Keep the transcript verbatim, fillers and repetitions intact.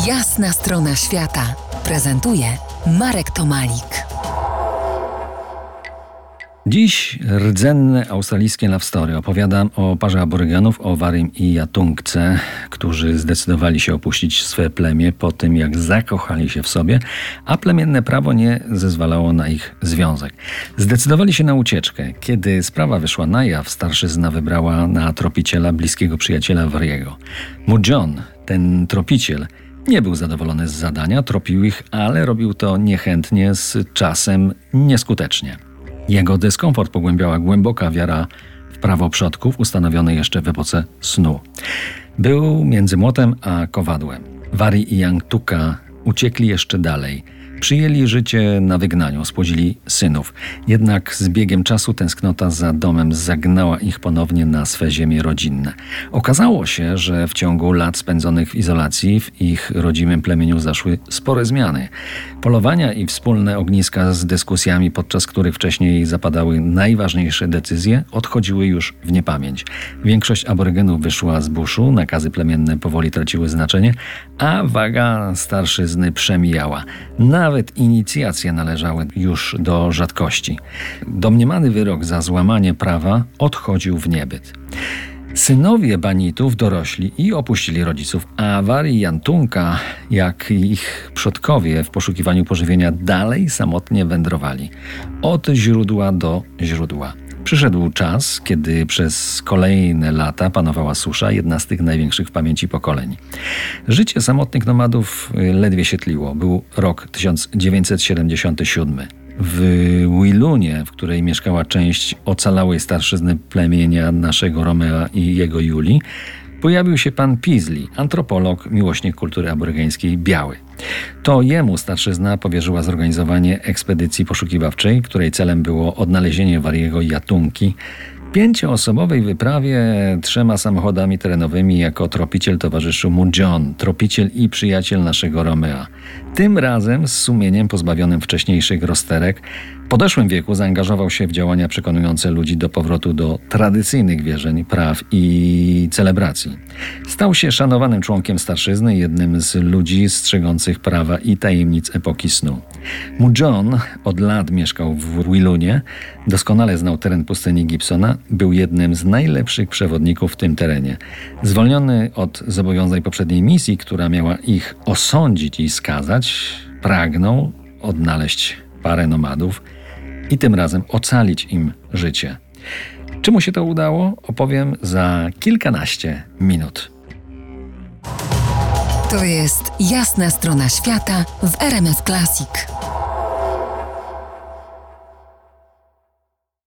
Jasna strona świata prezentuje Marek Tomalik. Dziś rdzenne australijskie love story. Opowiadam o parze aborygenów, o Warim i Yatungce, którzy zdecydowali się opuścić swe plemię po tym, jak zakochali się w sobie, a plemienne prawo nie zezwalało na ich związek. Zdecydowali się na ucieczkę. Kiedy sprawa wyszła na jaw, starszyzna wybrała na tropiciela bliskiego przyjaciela Wariego. Mujon, ten tropiciel, nie był zadowolony z zadania, tropił ich, ale robił to niechętnie, z czasem nieskutecznie. Jego dyskomfort pogłębiała głęboka wiara w prawo przodków, ustanowione jeszcze w epoce snu. Był między młotem a kowadłem. Wari i Yatungka uciekli jeszcze dalej. Przyjęli życie na wygnaniu, spłodzili synów. Jednak z biegiem czasu tęsknota za domem zagnała ich ponownie na swe ziemie rodzinne. Okazało się, że w ciągu lat spędzonych w izolacji w ich rodzimym plemieniu zaszły spore zmiany. Polowania i wspólne ogniska z dyskusjami, podczas których wcześniej zapadały najważniejsze decyzje, odchodziły już w niepamięć. Większość aborygenów wyszła z buszu, nakazy plemienne powoli traciły znaczenie, a waga starszyzny przemijała. Nawet inicjacje należały już do rzadkości. Domniemany wyrok za złamanie prawa odchodził w niebyt. Synowie banitów dorośli i opuścili rodziców, a Wari i Yatungka, jak ich przodkowie w poszukiwaniu pożywienia, dalej samotnie wędrowali. Od źródła do źródła. Przyszedł czas, kiedy przez kolejne lata panowała susza, jedna z tych największych w pamięci pokoleń. Życie samotnych nomadów ledwie się tliło. Był rok tysiąc dziewięćset siedemdziesiąty siódmy. W Wilunie, w której mieszkała część ocalałej starszyzny plemienia naszego Romea i jego Julii, pojawił się pan Peasley, antropolog, miłośnik kultury aborygeńskiej, biały. To jemu starszyzna powierzyła zorganizowanie ekspedycji poszukiwawczej, której celem było odnalezienie Wariego i Yatungki. Pięcioosobowej wyprawie trzema samochodami terenowymi jako tropiciel towarzyszył Mujon, tropiciel i przyjaciel naszego Romea. Tym razem z sumieniem pozbawionym wcześniejszych rozterek, w podeszłym wieku zaangażował się w działania przekonujące ludzi do powrotu do tradycyjnych wierzeń, praw i celebracji. Stał się szanowanym członkiem starszyzny, jednym z ludzi strzegących prawa i tajemnic epoki snu. Mujon od lat mieszkał w Wilunie, doskonale znał teren pustyni Gibsona, był jednym z najlepszych przewodników w tym terenie. Zwolniony od zobowiązań poprzedniej misji, która miała ich osądzić i skazać, pragnął odnaleźć parę nomadów i tym razem ocalić im życie. Czy mu się to udało? Opowiem za kilkanaście minut. To jest Jasna strona świata w R M F Classic.